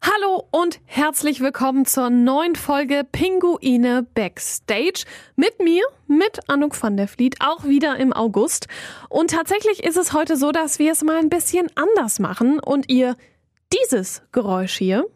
Hallo und herzlich willkommen zur neuen Folge Pinguine Backstage. Mit mir, mit Anouk van der Vliet, auch wieder im August. Und tatsächlich ist es heute so, dass wir es mal ein bisschen anders machen und ihr dieses Geräusch hier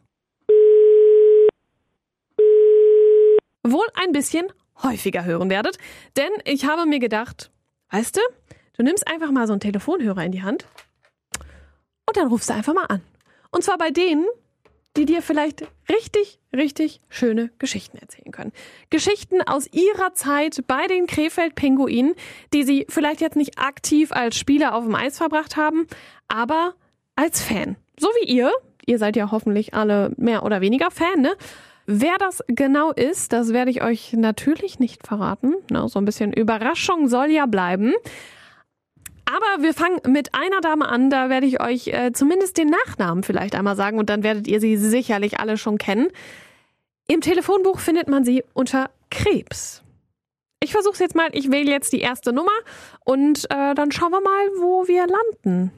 wohl ein bisschen häufiger hören werdet. Denn ich habe mir gedacht, weißt du nimmst einfach mal so einen Telefonhörer in die Hand und dann rufst du einfach mal an. Und zwar bei denen, die dir vielleicht richtig, richtig schöne Geschichten erzählen können. Geschichten aus ihrer Zeit bei den Krefeld-Pinguinen, die sie vielleicht jetzt nicht aktiv als Spieler auf dem Eis verbracht haben, aber als Fan. So wie ihr. Ihr seid ja hoffentlich alle mehr oder weniger Fan, ne? Wer das genau ist, das werde ich euch natürlich nicht verraten. So ein bisschen Überraschung soll ja bleiben. Aber wir fangen mit einer Dame an, da werde ich euch zumindest den Nachnamen vielleicht einmal sagen und dann werdet ihr sie sicherlich alle schon kennen. Im Telefonbuch findet man sie unter Krebs. Ich versuche es jetzt mal, ich wähle jetzt die erste Nummer und dann schauen wir mal, wo wir landen.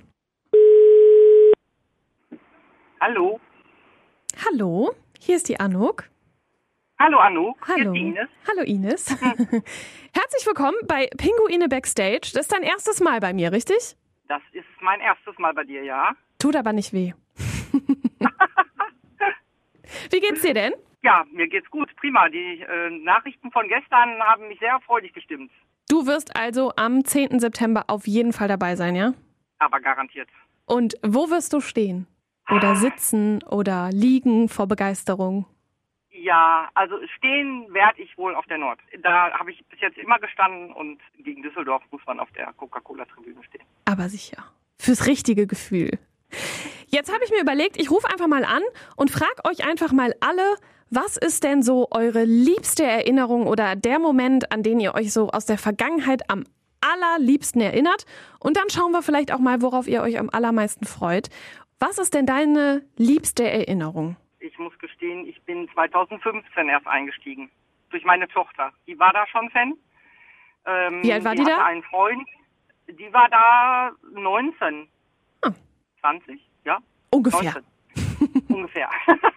Hallo. Hallo, hier ist die Anouk. Hallo Anouk, Hallo. Hier ist Ines. Hallo Ines. Herzlich willkommen bei Pinguine Backstage. Das ist dein erstes Mal bei mir, richtig? Das ist mein erstes Mal bei dir, ja? Tut aber nicht weh. Wie geht's dir denn? Ja, mir geht's gut, prima. Die Nachrichten von gestern haben mich sehr freudig gestimmt. Du wirst also am 10. September auf jeden Fall dabei sein, ja? Aber garantiert. Und wo wirst du stehen? Oder sitzen oder liegen vor Begeisterung? Ja, also stehen werde ich wohl auf der Nord. Da habe ich bis jetzt immer gestanden und gegen Düsseldorf muss man auf der Coca-Cola-Tribüne stehen. Aber sicher. Fürs richtige Gefühl. Jetzt habe ich mir überlegt, ich rufe einfach mal an und frage euch einfach mal alle, was ist denn so eure liebste Erinnerung oder der Moment, an den ihr euch so aus der Vergangenheit am allerliebsten erinnert? Und dann schauen wir vielleicht auch mal, worauf ihr euch am allermeisten freut. Was ist denn deine liebste Erinnerung? Ich muss gestehen, ich bin 2015 erst eingestiegen. Durch meine Tochter. Die war da schon Fan. Wie alt war die da? Die hatte einen Freund. Die war da 19. 20, ja? Ungefähr. 19. Ungefähr.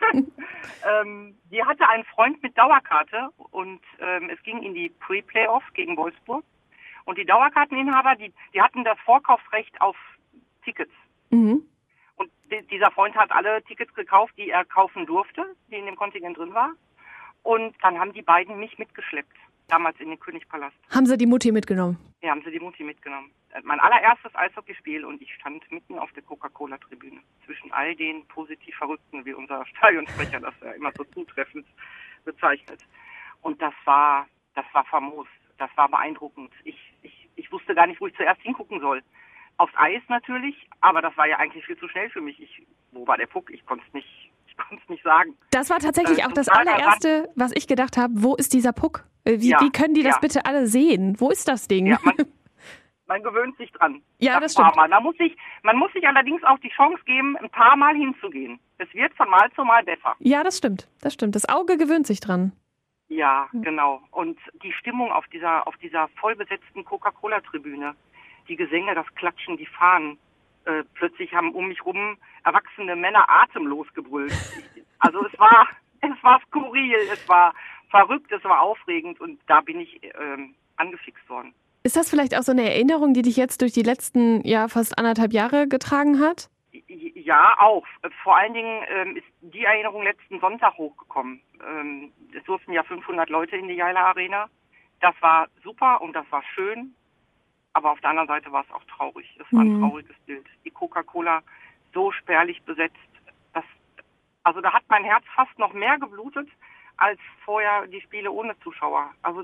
Die hatte einen Freund mit Dauerkarte und es ging in die Pre-Playoff gegen Wolfsburg. Und die Dauerkarteninhaber, die hatten das Vorkaufsrecht auf Tickets. Mhm. Und dieser Freund hat alle Tickets gekauft, die er kaufen durfte, die in dem Kontingent drin war. Und dann haben die beiden mich mitgeschleppt, damals in den Königspalast. Haben sie die Mutti mitgenommen? Ja, haben sie die Mutti mitgenommen. Mein allererstes Eishockeyspiel und ich stand mitten auf der Coca-Cola-Tribüne. Zwischen all den positiv Verrückten, wie unser Stadionsprecher das ja immer so zutreffend bezeichnet. Und das war famos, das war beeindruckend. Ich wusste gar nicht, wo ich zuerst hingucken soll. Aufs Eis natürlich, aber das war ja eigentlich viel zu schnell für mich. Wo war der Puck? Ich konnte es nicht sagen. Das war tatsächlich auch das allererste, was ich gedacht habe. Wo ist dieser Puck? Wie können die das bitte alle sehen? Wo ist das Ding? Ja, man gewöhnt sich dran. Ja, das stimmt. Man muss sich allerdings auch die Chance geben, ein paar Mal hinzugehen. Es wird von Mal zu Mal besser. Ja, das stimmt. Das Auge gewöhnt sich dran. Ja, genau. Und die Stimmung auf dieser vollbesetzten Coca-Cola-Tribüne, die Gesänge, das Klatschen, die Fahnen. Plötzlich haben um mich rum erwachsene Männer atemlos gebrüllt. Also es war skurril, es war verrückt, es war aufregend und da bin ich angefixt worden. Ist das vielleicht auch so eine Erinnerung, die dich jetzt durch die letzten fast 1,5 Jahre getragen hat? Ja, auch. Vor allen Dingen ist die Erinnerung letzten Sonntag hochgekommen. Es durften ja 500 Leute in die Jaila Arena. Das war super und das war schön. Aber auf der anderen Seite war es auch traurig. Es war ein trauriges Bild. Die Coca-Cola so spärlich besetzt. Also da hat mein Herz fast noch mehr geblutet als vorher die Spiele ohne Zuschauer. Also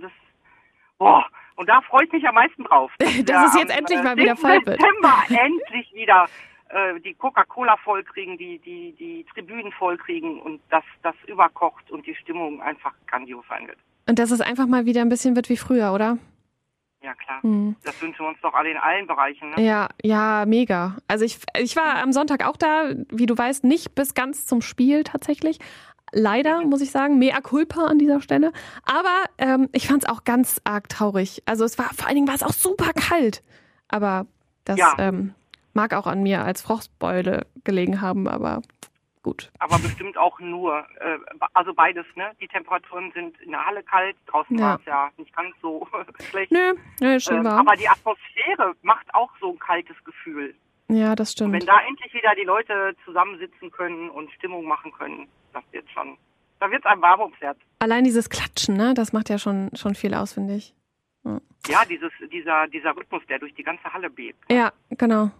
und da freue ich mich am meisten drauf. Dass es jetzt endlich mal wieder voll wird. September endlich wieder die Coca-Cola vollkriegen, die Tribünen vollkriegen und das überkocht und die Stimmung einfach grandios sein wird. Und dass es einfach mal wieder ein bisschen wird wie früher, oder? Ja, klar. Das wünschen wir uns doch alle in allen Bereichen. Ne? Ja, mega. Also ich war am Sonntag auch da, wie du weißt, nicht bis ganz zum Spiel tatsächlich. Leider, muss ich sagen, mea culpa an dieser Stelle. Aber ich fand es auch ganz arg traurig. Also vor allen Dingen war es auch super kalt. Aber das mag auch an mir als Frostbeule gelegen haben, aber gut. Aber bestimmt auch nur. Also beides, ne? Die Temperaturen sind in der Halle kalt, draußen war es ja nicht ganz so schlecht. Nö, schon wahr. Aber die Atmosphäre macht auch so ein kaltes Gefühl. Ja, das stimmt. Und wenn da endlich wieder die Leute zusammensitzen können und Stimmung machen können, da wird es einem warm ums Herz. Allein dieses Klatschen, ne? Das macht ja schon viel aus, finde ich. Ja, dieser Rhythmus, der durch die ganze Halle bebt. Ja, genau.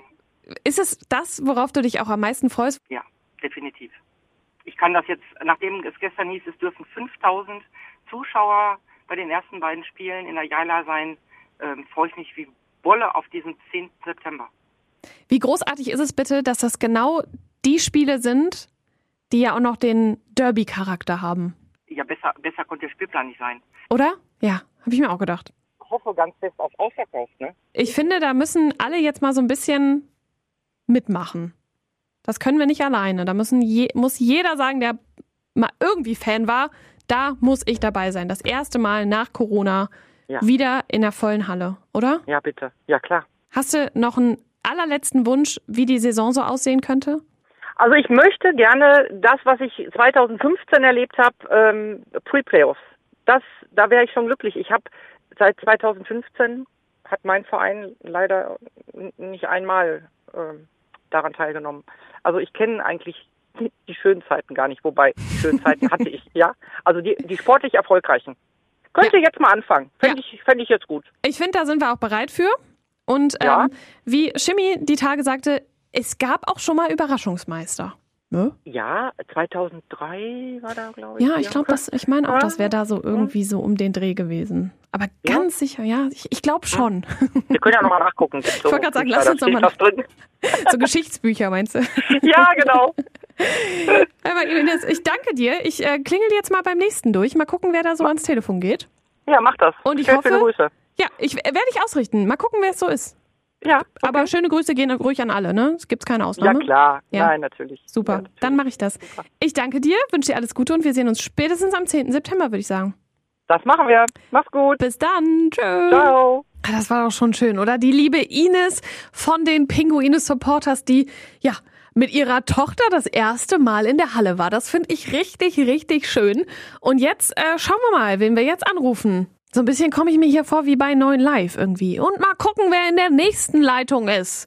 Ist es das, worauf du dich auch am meisten freust? Ja, definitiv. Ich kann das jetzt, nachdem es gestern hieß, es dürfen 5000 Zuschauer bei den ersten beiden Spielen in der Jaila sein, freue ich mich wie Bolle auf diesen 10. September. Wie großartig ist es bitte, dass das genau die Spiele sind, die ja auch noch den Derby-Charakter haben? Ja, besser konnte der Spielplan nicht sein. Oder? Ja, habe ich mir auch gedacht. Ich hoffe ganz fest auf Ausverkauf, ne? Ich finde, da müssen alle jetzt mal so ein bisschen mitmachen. Das können wir nicht alleine. Da muss jeder sagen, der mal irgendwie Fan war, da muss ich dabei sein. Das erste Mal nach Corona wieder in der vollen Halle, oder? Ja, bitte. Ja, klar. Hast du noch einen allerletzten Wunsch, wie die Saison so aussehen könnte? Also ich möchte gerne das, was ich 2015 erlebt habe, Pre-Playoffs. Da wäre ich schon glücklich. Ich habe seit 2015 hat mein Verein leider nicht einmal daran teilgenommen. Also ich kenne eigentlich die schönen Zeiten gar nicht, wobei die schönen Zeiten hatte ich, ja. Also die sportlich erfolgreichen. Könnt ihr jetzt mal anfangen. Fände ich jetzt gut. Ich finde, da sind wir auch bereit für. Und wie Schimmi die Tage sagte, es gab auch schon mal Überraschungsmeister. Ne? Ja, 2003 war da, glaube ich. Ja, ich meine auch, das wäre da so irgendwie so um den Dreh gewesen. Aber ganz sicher, ja, ich glaube schon. Wir können ja nochmal nachgucken. Ich wollte gerade sagen, lass uns nochmal so Geschichtsbücher, meinst du? Ja, genau. Aber Ines, ich danke dir. Ich klingel jetzt mal beim nächsten durch. Mal gucken, wer da so ans Telefon geht. Ja, mach das. Und ich Schöne hoffe, Grüße. Ja, werde ich ausrichten. Mal gucken, wer es so ist. Ja. Okay. Aber schöne Grüße gehen ruhig an alle, ne? Es gibt keine Ausnahme. Ja, klar. Ja. Nein, natürlich. Super. Ja, natürlich. Dann mache ich das. Super. Ich danke dir, wünsche dir alles Gute und wir sehen uns spätestens am 10. September, würde ich sagen. Das machen wir. Mach's gut. Bis dann. Tschö. Ciao. Das war doch schon schön, oder? Die liebe Ines von den Pinguine-Supporters, die, mit ihrer Tochter das erste Mal in der Halle war. Das finde ich richtig, richtig schön. Und jetzt schauen wir mal, wen wir jetzt anrufen. So ein bisschen komme ich mir hier vor wie bei 9 Live irgendwie. Und mal gucken, wer in der nächsten Leitung ist.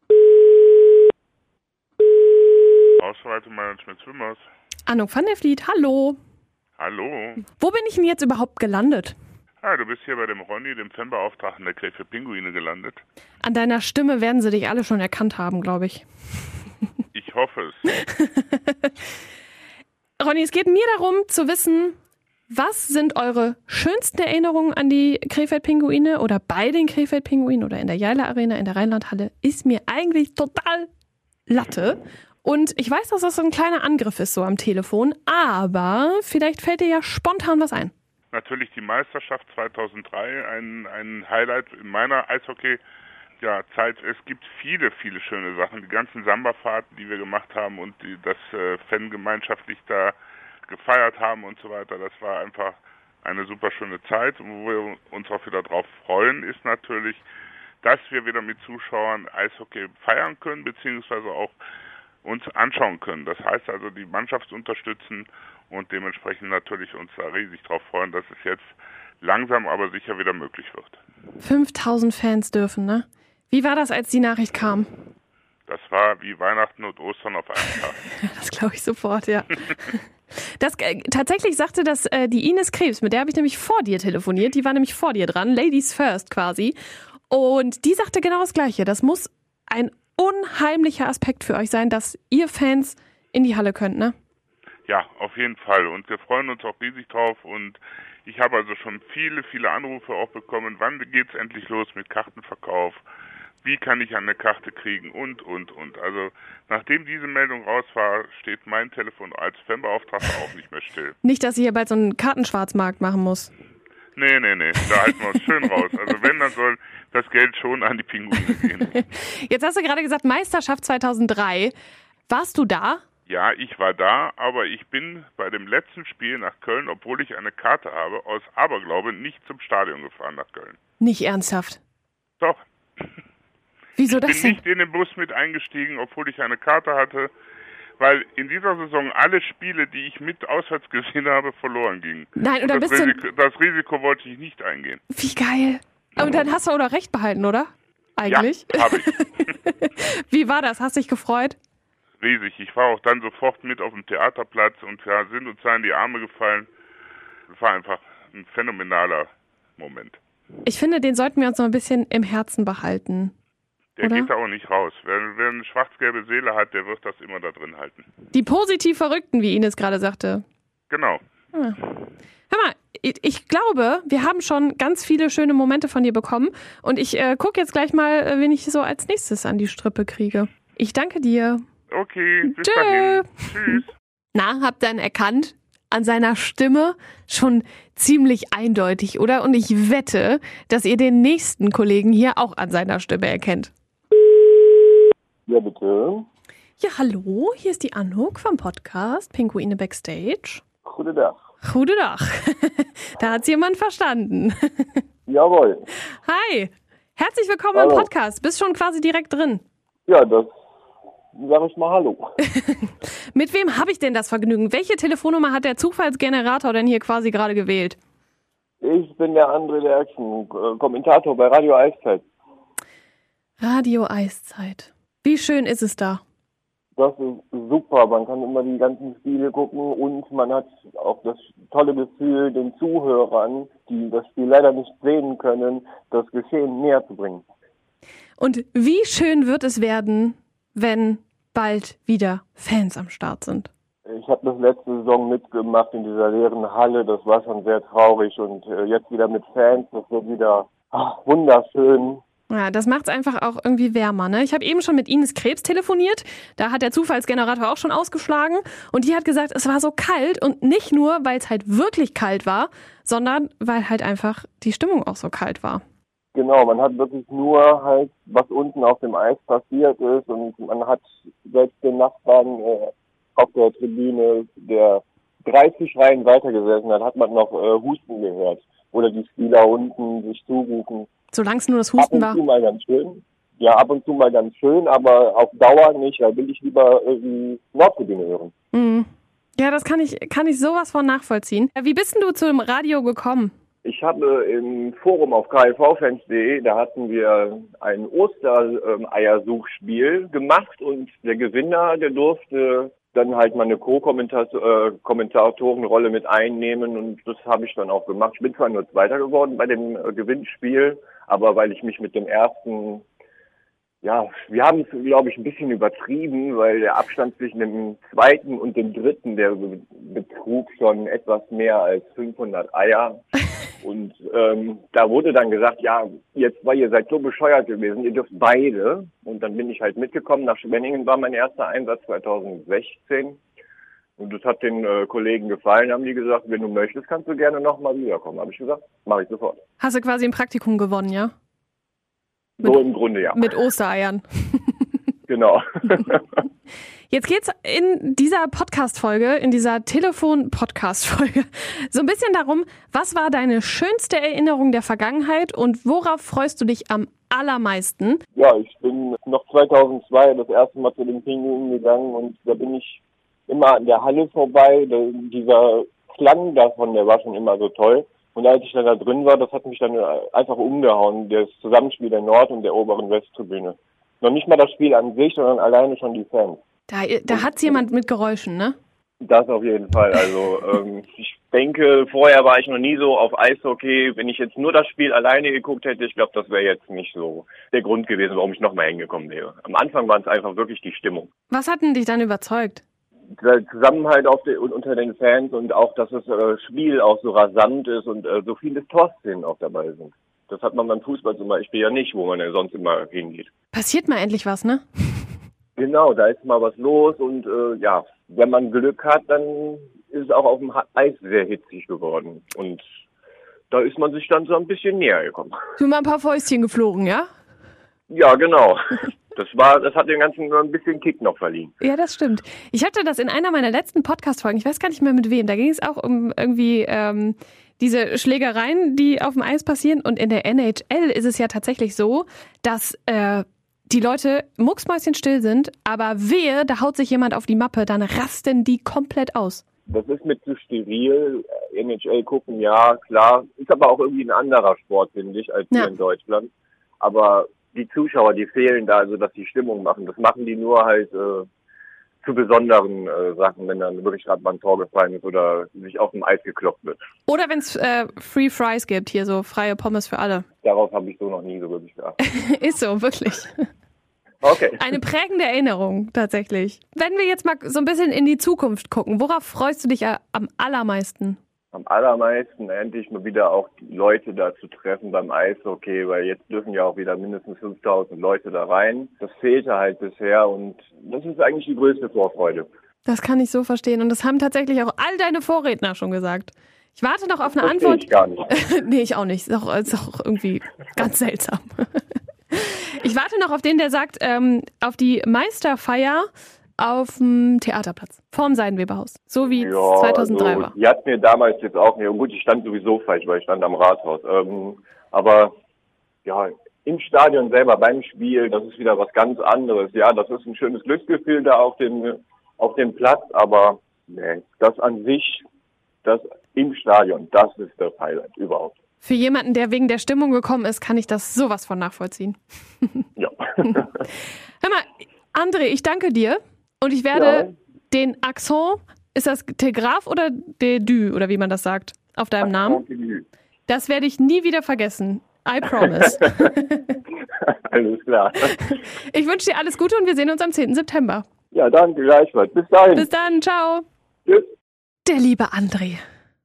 Ausweitung-Management Swimmers. Anouk van der Vliet, hallo. Hallo. Wo bin ich denn jetzt überhaupt gelandet? Du bist hier bei dem Ronny, dem Fanbeauftragten der Krefeld Pinguine gelandet. An deiner Stimme werden sie dich alle schon erkannt haben, glaube ich. Ich hoffe es. Ronny, es geht mir darum zu wissen, was sind eure schönsten Erinnerungen an die Krefeld-Pinguine oder bei den Krefeld-Pinguinen oder in der Jaila Arena, in der Rheinlandhalle? Ist mir eigentlich total Latte. Und ich weiß, dass das so ein kleiner Angriff ist, so am Telefon, aber vielleicht fällt dir ja spontan was ein. Natürlich die Meisterschaft 2003, ein Highlight in meiner Eishockey-Zeit. Es gibt viele, viele schöne Sachen. Die ganzen Samba-Fahrten, die wir gemacht haben und das Fan gemeinschaftlich da gefeiert haben und so weiter. Das war einfach eine super schöne Zeit. Und wo wir uns auch wieder drauf freuen, ist natürlich, dass wir wieder mit Zuschauern Eishockey feiern können, beziehungsweise auch uns anschauen können. Das heißt also, die Mannschaft unterstützen und dementsprechend natürlich uns da riesig drauf freuen, dass es jetzt langsam aber sicher wieder möglich wird. 5000 Fans dürfen, ne? Wie war das, als die Nachricht kam? Das war wie Weihnachten und Ostern auf einen Tag. Das glaube ich sofort, ja. Tatsächlich sagte das die Ines Krebs, mit der habe ich nämlich vor dir telefoniert, die war nämlich vor dir dran, Ladies First quasi. Und die sagte genau das Gleiche. Das muss ein unheimlicher Aspekt für euch sein, dass ihr Fans in die Halle könnt, ne? Ja, auf jeden Fall. Und wir freuen uns auch riesig drauf. Und ich habe also schon viele, viele Anrufe auch bekommen. Wann geht's endlich los mit Kartenverkauf? Wie kann ich eine Karte kriegen? Und. Also, nachdem diese Meldung raus war, steht mein Telefon als Fanbeauftragter auch nicht mehr still. Nicht, dass ich hier bald so einen Kartenschwarzmarkt machen muss. Nee. Da halten wir uns schön raus. Also wenn, dann soll das Geld schon an die Pinguine gehen. Jetzt hast du gerade gesagt, Meisterschaft 2003. Warst du da? Ja, ich war da, aber ich bin bei dem letzten Spiel nach Köln, obwohl ich eine Karte habe, aus Aberglaube nicht zum Stadion gefahren nach Köln. Nicht ernsthaft? Doch. Wieso das denn? Ich bin nicht in den Bus mit eingestiegen, obwohl ich eine Karte hatte, weil in dieser Saison alle Spiele, die ich mit auswärts gesehen habe, verloren gingen. Nein, und dann das Risiko wollte ich nicht eingehen. Wie geil. Und dann hast du auch noch recht behalten, oder? Eigentlich. Ja, habe ich. Wie war das? Hast du dich gefreut? Riesig. Ich war auch dann sofort mit auf dem Theaterplatz und sind uns da in die Arme gefallen. Das war einfach ein phänomenaler Moment. Ich finde, den sollten wir uns noch ein bisschen im Herzen behalten. Der oder? Geht da auch nicht raus. Wer eine schwarz-gelbe Seele hat, der wird das immer da drin halten. Die positiv Verrückten, wie Ines gerade sagte. Genau. Hör mal, ich glaube, wir haben schon ganz viele schöne Momente von dir bekommen. Und ich gucke jetzt gleich mal, wen ich so als nächstes an die Strippe kriege. Ich danke dir. Okay, bis dahin. Tschüss. Na, habt ihr ihn erkannt? An seiner Stimme schon ziemlich eindeutig, oder? Und ich wette, dass ihr den nächsten Kollegen hier auch an seiner Stimme erkennt. Ja, bitte. Ja, hallo, hier ist die Anouk vom Podcast Pinguine Backstage. Guten Tag. Gute Tag. Da hat's jemand verstanden. Jawohl. Hi, herzlich willkommen Hallo. im Podcast. Bist schon quasi direkt drin. Ja, das sag ich mal Hallo. Mit wem habe ich denn das Vergnügen? Welche Telefonnummer hat der Zufallsgenerator denn hier quasi gerade gewählt? Ich bin der André Lerksen, Kommentator bei Radio Eiszeit. Radio Eiszeit. Wie schön ist es da? Das ist super. Man kann immer die ganzen Spiele gucken und man hat auch das tolle Gefühl, den Zuhörern, die das Spiel leider nicht sehen können, das Geschehen näher zu bringen. Und wie schön wird es werden, wenn bald wieder Fans am Start sind? Ich habe das letzte Saison mitgemacht in dieser leeren Halle. Das war schon sehr traurig und jetzt wieder mit Fans, das wird wieder wunderschön. Ja, das macht's einfach auch irgendwie wärmer, ne? Ich habe eben schon mit Ines Krebs telefoniert. Da hat der Zufallsgenerator auch schon ausgeschlagen. Und die hat gesagt, es war so kalt. Und nicht nur, weil es halt wirklich kalt war, sondern weil halt einfach die Stimmung auch so kalt war. Genau, man hat wirklich nur halt, was unten auf dem Eis passiert ist. Und man hat selbst den Nachbarn auf der Tribüne, der 30 Reihen weitergesessen hat man noch Husten gehört. Oder die Spieler unten sich zurufen. Solange es nur das Husten war. Ab und zu mal ganz schön. Ja, ab und zu mal ganz schön, aber auf Dauer nicht. Da will ich lieber die Nordtribüne hören. Mhm. Ja, das kann ich sowas von nachvollziehen. Wie bist denn du zum Radio gekommen? Ich habe im Forum auf klvfans.de, da hatten wir ein Ostereiersuchspiel gemacht und der Gewinner, der durfte dann halt mal eine Co-Kommentatorenrolle mit einnehmen und das habe ich dann auch gemacht. Ich bin zwar nur Zweiter geworden bei dem Gewinnspiel, aber weil ich mich mit dem ersten, ja, wir haben es, glaube ich, ein bisschen übertrieben, weil der Abstand zwischen dem zweiten und dem dritten, der betrug schon etwas mehr als 500 Eier. Und da wurde dann gesagt, ja, jetzt, weil ihr seid so bescheuert gewesen, ihr dürft beide. Und dann bin ich halt mitgekommen. Nach Schwenningen war mein erster Einsatz 2016. Und das hat den Kollegen gefallen, haben die gesagt, wenn du möchtest, kannst du gerne nochmal wiederkommen. Habe ich gesagt, mache ich sofort. Hast du quasi ein Praktikum gewonnen, ja? So im Grunde, ja. Mit Ostereiern. Genau. Jetzt geht's in dieser Podcast-Folge, in dieser Telefon-Podcast-Folge, so ein bisschen darum, was war deine schönste Erinnerung der Vergangenheit und worauf freust du dich am allermeisten? Ja, ich bin noch 2002 das erste Mal zu den Pinguinen gegangen und da bin ich immer an der Halle vorbei. Dieser Klang davon, der war schon immer so toll. Und als ich dann da drin war, das hat mich dann einfach umgehauen, das Zusammenspiel der Nord- und der oberen Westtribüne. Noch nicht mal das Spiel an sich, sondern alleine schon die Fans. Da hat's jemand mit Geräuschen, ne? Das auf jeden Fall. Also ich denke, vorher war ich noch nie so auf Eishockey. Wenn ich jetzt nur das Spiel alleine geguckt hätte, ich glaube, das wäre jetzt nicht so der Grund gewesen, warum ich nochmal hingekommen wäre. Am Anfang war es einfach wirklich die Stimmung. Was hat denn dich dann überzeugt? Der Zusammenhalt unter den Fans und auch, dass das Spiel auch so rasant ist und so viele Torszenen auch dabei sind. Das hat man beim Fußball zum Beispiel ja nicht, wo man ja sonst immer hingeht. Passiert mal endlich was, ne? Genau, da ist mal was los und ja, wenn man Glück hat, dann ist es auch auf dem Eis sehr hitzig geworden. Und da ist man sich dann so ein bisschen näher gekommen. Du mal ein paar Fäustchen geflogen, ja? Ja, genau. Das hat dem Ganzen nur ein bisschen Kick noch verliehen. Ja, das stimmt. Ich hatte das in einer meiner letzten Podcast-Folgen, ich weiß gar nicht mehr mit wem, da ging es auch um irgendwie diese Schlägereien, die auf dem Eis passieren. Und in der NHL ist es ja tatsächlich so, dass die Leute mucksmäuschenstill sind, aber wehe, da haut sich jemand auf die Mappe, dann rasten die komplett aus. Das ist mir zu steril. NHL gucken, ja, klar. Ist aber auch irgendwie ein anderer Sport, finde ich, als hier in Deutschland. Aber die Zuschauer, die fehlen da, also dass die Stimmung machen. Das machen die nur halt zu besonderen Sachen, wenn dann wirklich gerade mal ein Tor gefallen ist oder sich auf dem Eis geklopft wird. Oder wenn es Free Fries gibt, hier so freie Pommes für alle. Darauf habe ich so noch nie so wirklich geachtet. Ist so, wirklich. Okay. Eine prägende Erinnerung, tatsächlich. Wenn wir jetzt mal so ein bisschen in die Zukunft gucken, worauf freust du dich am allermeisten? Am allermeisten endlich mal wieder auch die Leute da zu treffen beim Eishockey, weil jetzt dürfen ja auch wieder mindestens 5.000 Leute da rein. Das fehlte halt bisher und das ist eigentlich die größte Vorfreude. Das kann ich so verstehen und das haben tatsächlich auch all deine Vorredner schon gesagt. Ich warte noch auf eine Verstehe Antwort. Ich gar nicht. Nee, ich auch nicht. Ist auch irgendwie ganz seltsam. Ich warte noch auf den, der sagt, auf die Meisterfeier auf dem Theaterplatz, vorm Seidenweberhaus, so wie 2003 war. Die hat mir damals jetzt auch nicht, gut, ich stand sowieso falsch, weil ich stand am Rathaus. Aber ja, im Stadion selber beim Spiel, das ist wieder was ganz anderes. Ja, das ist ein schönes Glücksgefühl da auf dem Platz, aber nee, das an sich, das im Stadion, das ist das Highlight überhaupt. Für jemanden, der wegen der Stimmung gekommen ist, kann ich das sowas von nachvollziehen. Ja. Hör mal, André, ich danke dir und ich werde den Accent, ist das Telegraph oder de du, oder wie man das sagt, auf deinem Namen? Das werde ich nie wieder vergessen. I promise. Alles klar. Ich wünsche dir alles Gute und wir sehen uns am 10. September. Ja, danke, gleichfalls. Bis dahin. Bis dann, ciao. Tschüss. Der liebe André.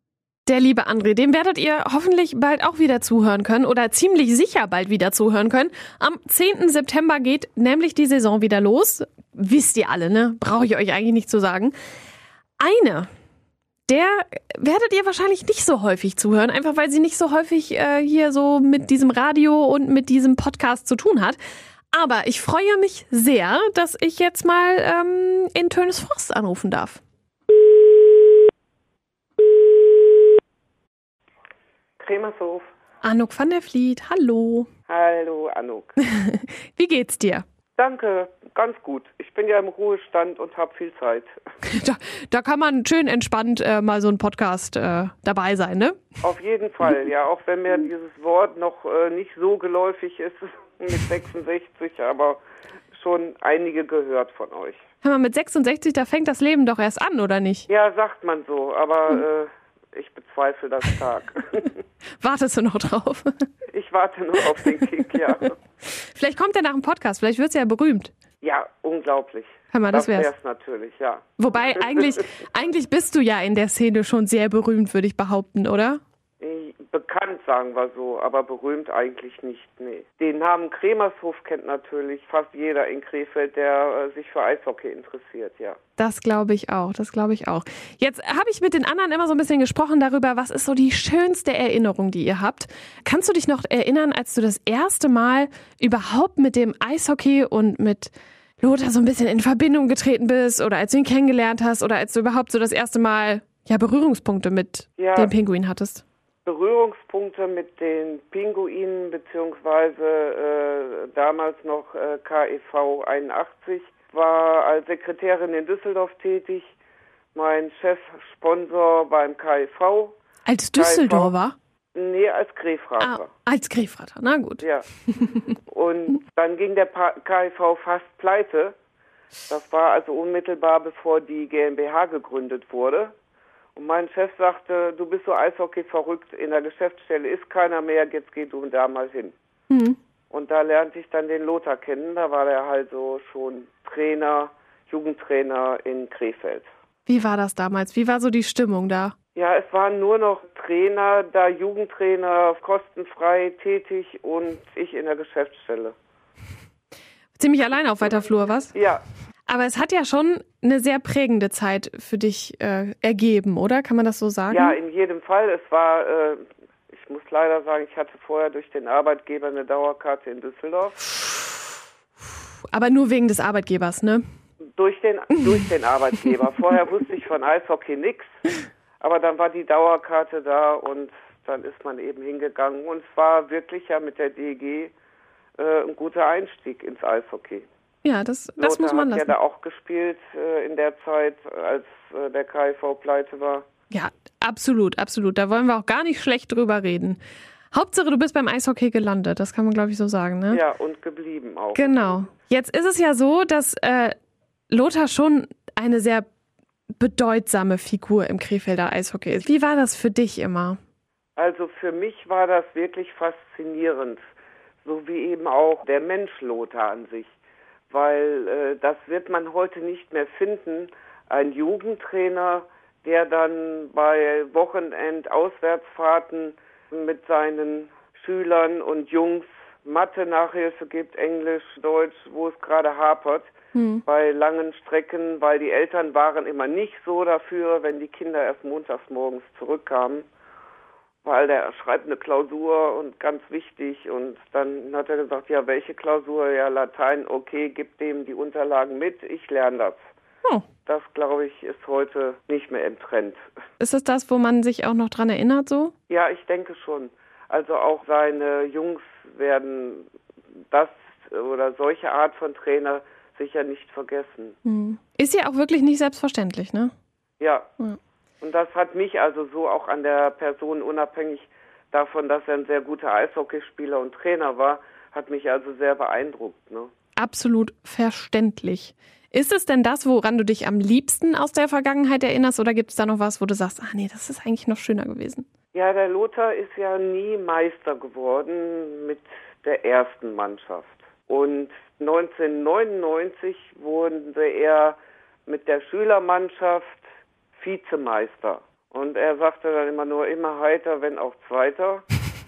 Dem werdet ihr hoffentlich bald auch wieder zuhören können oder ziemlich sicher bald wieder zuhören können. Am 10. September geht nämlich die Saison wieder los. Wisst ihr alle, ne? Brauche ich euch eigentlich nicht zu sagen. Der werdet ihr wahrscheinlich nicht so häufig zuhören, einfach weil sie nicht so häufig hier so mit diesem Radio und mit diesem Podcast zu tun hat. Aber ich freue mich sehr, dass ich jetzt mal in Tönesforst anrufen darf. Cremershof. Anouk van der Vliet, hallo. Hallo, Anouk. Wie geht's dir? Danke, ganz gut. Ich bin ja im Ruhestand und habe viel Zeit. Da kann man schön entspannt mal so ein Podcast dabei sein, ne? Auf jeden Fall, ja, auch wenn mir dieses Wort noch nicht so geläufig ist mit 66, aber schon einige gehört von euch. Hör mal, mit 66, da fängt das Leben doch erst an, oder nicht? Ja, sagt man so, aber ich bezweifle das stark. Wartest du noch drauf? Ich warte nur auf den Kick, ja. Vielleicht kommt er nach dem Podcast, vielleicht wird's ja berühmt. Ja, unglaublich. Hör mal, das wär's natürlich, ja. Wobei, eigentlich bist du ja in der Szene schon sehr berühmt, würde ich behaupten, oder? Bekannt, sagen wir so, aber berühmt eigentlich nicht, nee. Den Namen Cremershof kennt natürlich fast jeder in Krefeld, der sich für Eishockey interessiert, ja. Das glaube ich auch. Jetzt habe ich mit den anderen immer so ein bisschen gesprochen darüber, was ist so die schönste Erinnerung, die ihr habt. Kannst du dich noch erinnern, als du das erste Mal überhaupt mit dem Eishockey und mit Lothar so ein bisschen in Verbindung getreten bist oder als du ihn kennengelernt hast oder als du überhaupt so das erste Mal Berührungspunkte mit den Pinguinen hattest? Berührungspunkte mit den Pinguinen beziehungsweise damals noch KEV 81, war als Sekretärin in Düsseldorf tätig, mein Chef-Sponsor beim KEV. Als Düsseldorfer? Nee, als Grefrater. Als Grefrater, na gut. Ja. Und dann ging der KEV fast pleite. Das war also unmittelbar bevor die GmbH gegründet wurde. Und mein Chef sagte, du bist so Eishockey verrückt, in der Geschäftsstelle ist keiner mehr, jetzt geh du da mal hin. Mhm. Und da lernte ich dann den Lothar kennen, da war der halt so schon Trainer, Jugendtrainer in Krefeld. Wie war das damals? Wie war so die Stimmung da? Ja, es waren nur noch Trainer, da Jugendtrainer kostenfrei tätig und ich in der Geschäftsstelle. Ziemlich alleine auf weiter Flur, was? Ja. Aber es hat ja schon eine sehr prägende Zeit für dich ergeben, oder? Kann man das so sagen? Ja, in jedem Fall. Es war, ich muss leider sagen, ich hatte vorher durch den Arbeitgeber eine Dauerkarte in Düsseldorf. Aber nur wegen des Arbeitgebers, ne? Durch den Arbeitgeber. Vorher wusste ich von Eishockey nichts, aber dann war die Dauerkarte da und dann ist man eben hingegangen. Und es war wirklich ja mit der DEG ein guter Einstieg ins Eishockey. Ja, das Lothar muss man lassen. hat ja da auch gespielt in der Zeit, als der KIV pleite war. Ja, absolut, absolut. Da wollen wir auch gar nicht schlecht drüber reden. Hauptsache, du bist beim Eishockey gelandet. Das kann man, glaube ich, so sagen, ne? Ja, und geblieben auch. Genau. Jetzt ist es ja so, dass Lothar schon eine sehr bedeutsame Figur im Krefelder Eishockey ist. Wie war das für dich immer? Also für mich war das wirklich faszinierend. So wie eben auch der Mensch Lothar an sich. Weil das wird man heute nicht mehr finden. Ein Jugendtrainer, der dann bei Wochenend-Auswärtsfahrten mit seinen Schülern und Jungs Mathe-Nachhilfe gibt, Englisch, Deutsch, wo es gerade hapert, bei langen Strecken, weil die Eltern waren immer nicht so dafür, wenn die Kinder erst montags morgens zurückkamen, weil der schreibt eine Klausur und ganz wichtig, und dann hat er gesagt, ja, welche Klausur? Ja, Latein, okay, gib dem die Unterlagen mit, ich lerne das. Oh. Das, glaube ich, ist heute nicht mehr im Trend. Ist es das, wo man sich auch noch dran erinnert so? Ja, ich denke schon. Also auch seine Jungs werden das oder solche Art von Trainer sicher nicht vergessen. Ist ja auch wirklich nicht selbstverständlich, ne? Ja. Und das hat mich also so auch an der Person, unabhängig davon, dass er ein sehr guter Eishockeyspieler und Trainer war, hat mich also sehr beeindruckt, ne? Absolut verständlich. Ist es denn das, woran du dich am liebsten aus der Vergangenheit erinnerst, oder gibt es da noch was, wo du sagst, nee, das ist eigentlich noch schöner gewesen? Ja, der Lothar ist ja nie Meister geworden mit der ersten Mannschaft. Und 1999 wurde er mit der Schülermannschaft Vizemeister. Und er sagte dann immer heiter, wenn auch Zweiter.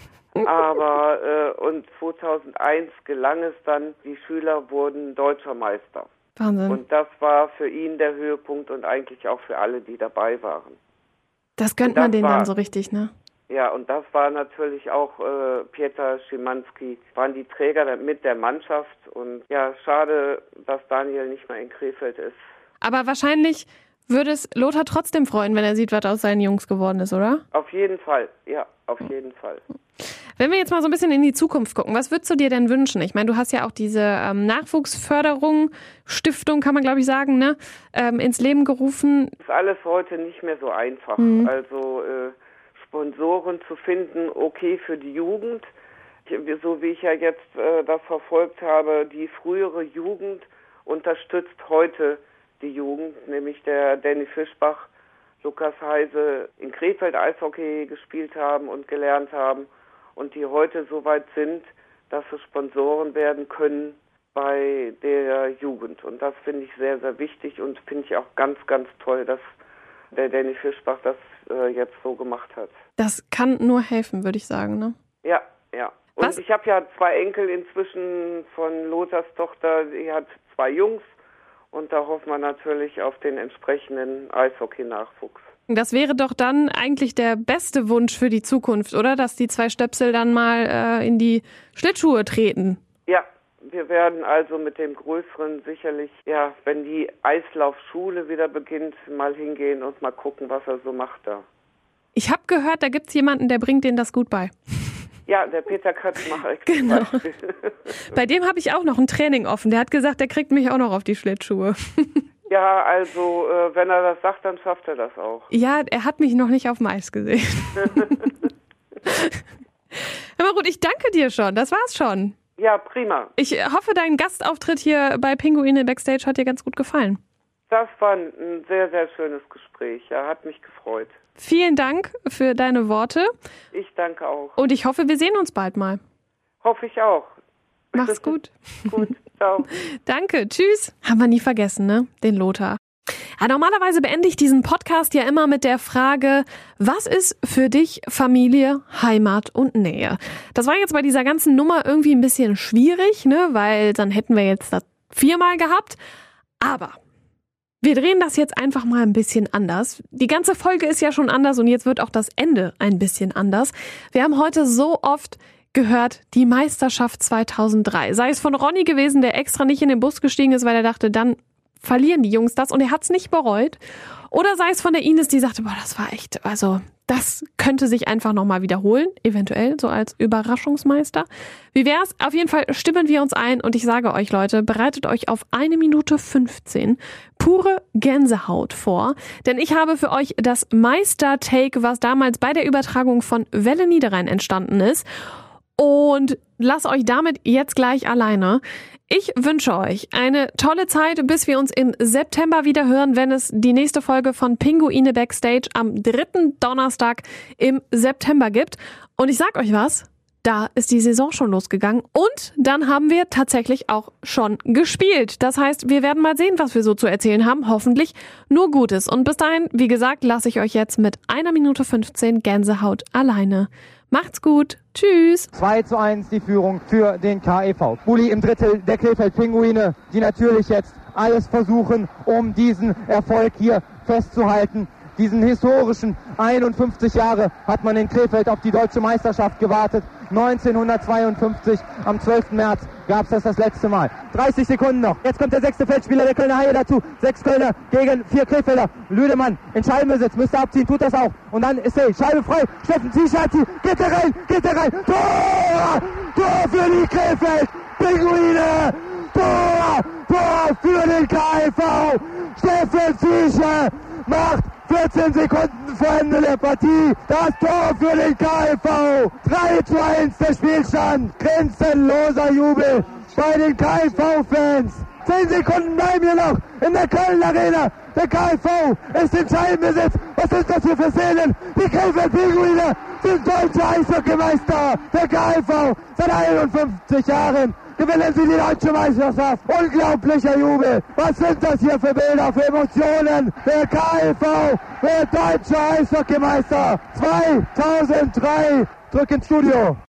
Aber und 2001 gelang es dann, die Schüler wurden Deutscher Meister. Wahnsinn. Und das war für ihn der Höhepunkt und eigentlich auch für alle, die dabei waren. Das gönnt man denen dann so richtig, ne? Ja, und das war natürlich auch Pieter Schimanski, waren die Träger mit der Mannschaft. Und ja, schade, dass Daniel nicht mehr in Krefeld ist. Aber wahrscheinlich würde es Lothar trotzdem freuen, wenn er sieht, was aus seinen Jungs geworden ist, oder? Auf jeden Fall, ja, auf jeden Fall. Wenn wir jetzt mal so ein bisschen in die Zukunft gucken, was würdest du dir denn wünschen? Ich meine, du hast ja auch diese Nachwuchsförderung, Stiftung, kann man glaube ich sagen, ne, ins Leben gerufen. Das ist alles heute nicht mehr so einfach. Also Sponsoren zu finden, okay, für die Jugend. So wie ich ja jetzt das verfolgt habe, die frühere Jugend unterstützt heute die Jugend, nämlich der Danny Fischbach, Lukas Heise in Krefeld Eishockey gespielt haben und gelernt haben und die heute so weit sind, dass sie Sponsoren werden können bei der Jugend. Und das finde ich sehr, sehr wichtig und finde ich auch ganz, ganz toll, dass der Danny Fischbach das jetzt so gemacht hat. Das kann nur helfen, würde ich sagen, ne? Ja. Und Was? ich habe ja 2 Enkel inzwischen von Lothars Tochter, die hat 2 Jungs. Und da hoffen wir natürlich auf den entsprechenden Eishockey-Nachwuchs. Das wäre doch dann eigentlich der beste Wunsch für die Zukunft, oder? Dass die 2 Stöpsel dann mal in die Schlittschuhe treten. Ja, wir werden also mit dem Größeren sicherlich, ja, wenn die Eislaufschule wieder beginnt, mal hingehen und mal gucken, was er so macht da. Ich habe gehört, da gibt's jemanden, der bringt denen das gut bei. Ja, der Peter Katzmacher. Genau. Bei dem habe ich auch noch ein Training offen. Der hat gesagt, der kriegt mich auch noch auf die Schlittschuhe. Ja, also wenn er das sagt, dann schafft er das auch. Ja, er hat mich noch nicht auf dem Eis gesehen. Aber gut, ich danke dir schon. Das war's schon. Ja, prima. Ich hoffe, dein Gastauftritt hier bei Pinguine Backstage hat dir ganz gut gefallen. Das war ein sehr, sehr schönes Gespräch. Ja, hat mich gefreut. Vielen Dank für deine Worte. Ich danke auch. Und ich hoffe, wir sehen uns bald mal. Hoffe ich auch. Mach's gut. Gut, ciao. Danke, tschüss. Haben wir nie vergessen, ne? Den Lothar. Ja, normalerweise beende ich diesen Podcast ja immer mit der Frage, was ist für dich Familie, Heimat und Nähe? Das war jetzt bei dieser ganzen Nummer irgendwie ein bisschen schwierig, ne? Weil dann hätten wir jetzt das 4-mal gehabt. Aber wir drehen das jetzt einfach mal ein bisschen anders. Die ganze Folge ist ja schon anders und jetzt wird auch das Ende ein bisschen anders. Wir haben heute so oft gehört, die Meisterschaft 2003. Sei es von Ronny gewesen, der extra nicht in den Bus gestiegen ist, weil er dachte, dann verlieren die Jungs das. Und er hat es nicht bereut. Oder sei es von der Ines, die sagte, boah, das war echt, also das könnte sich einfach nochmal wiederholen, eventuell so als Überraschungsmeister. Wie wär's? Auf jeden Fall stimmen wir uns ein und ich sage euch, Leute, bereitet euch auf 1 Minute 15 pure Gänsehaut vor, denn ich habe für euch das Meister-Take, was damals bei der Übertragung von Welle Niederrhein entstanden ist, und lasst euch damit jetzt gleich alleine. Ich wünsche euch eine tolle Zeit, bis wir uns im September wieder hören, wenn es die nächste Folge von Pinguine Backstage am 3. Donnerstag im September gibt. Und ich sag euch was, da ist die Saison schon losgegangen und dann haben wir tatsächlich auch schon gespielt. Das heißt, wir werden mal sehen, was wir so zu erzählen haben. Hoffentlich nur Gutes. Und bis dahin, wie gesagt, lasse ich euch jetzt mit 1 Minute 15 Gänsehaut alleine. Macht's gut. Tschüss. 2:1 die Führung für den KEV. Bulli im Drittel der Krefeld-Pinguine, die natürlich jetzt alles versuchen, um diesen Erfolg hier festzuhalten. Diesen historischen 51 Jahre hat man in Krefeld auf die deutsche Meisterschaft gewartet. 1952, am 12. März gab es das letzte Mal. 30 Sekunden noch. Jetzt kommt der 6. Feldspieler der Kölner Haie dazu. 6 Kölner gegen 4 Krefelder. Lüdemann in Scheibenbesitz, müsste abziehen, tut das auch. Und dann ist die Scheibe frei. Steffen Zischatzi, geht er rein. Tor! Tor für die Krefeld-Pinguine! Tor für den KIV! Steffen Zischer macht 14 Sekunden vor Ende der Partie das Tor für den KIV. 3:1 der Spielstand. Grenzenloser Jubel bei den KIV-Fans. 10 Sekunden bleiben hier noch in der Köln Arena. Der KIV ist in Scheibenbesitz. Was sind das hier für Szenen? Die Krefeld-Pinguine sind deutsche Eishockeymeister. Der KIV seit 51 Jahren. Gewinnen sie die deutsche Meisterschaft. Unglaublicher Jubel. Was sind das hier für Bilder, für Emotionen? Der KIV wird deutscher Eishockeymeister 2003. Drück ins Studio.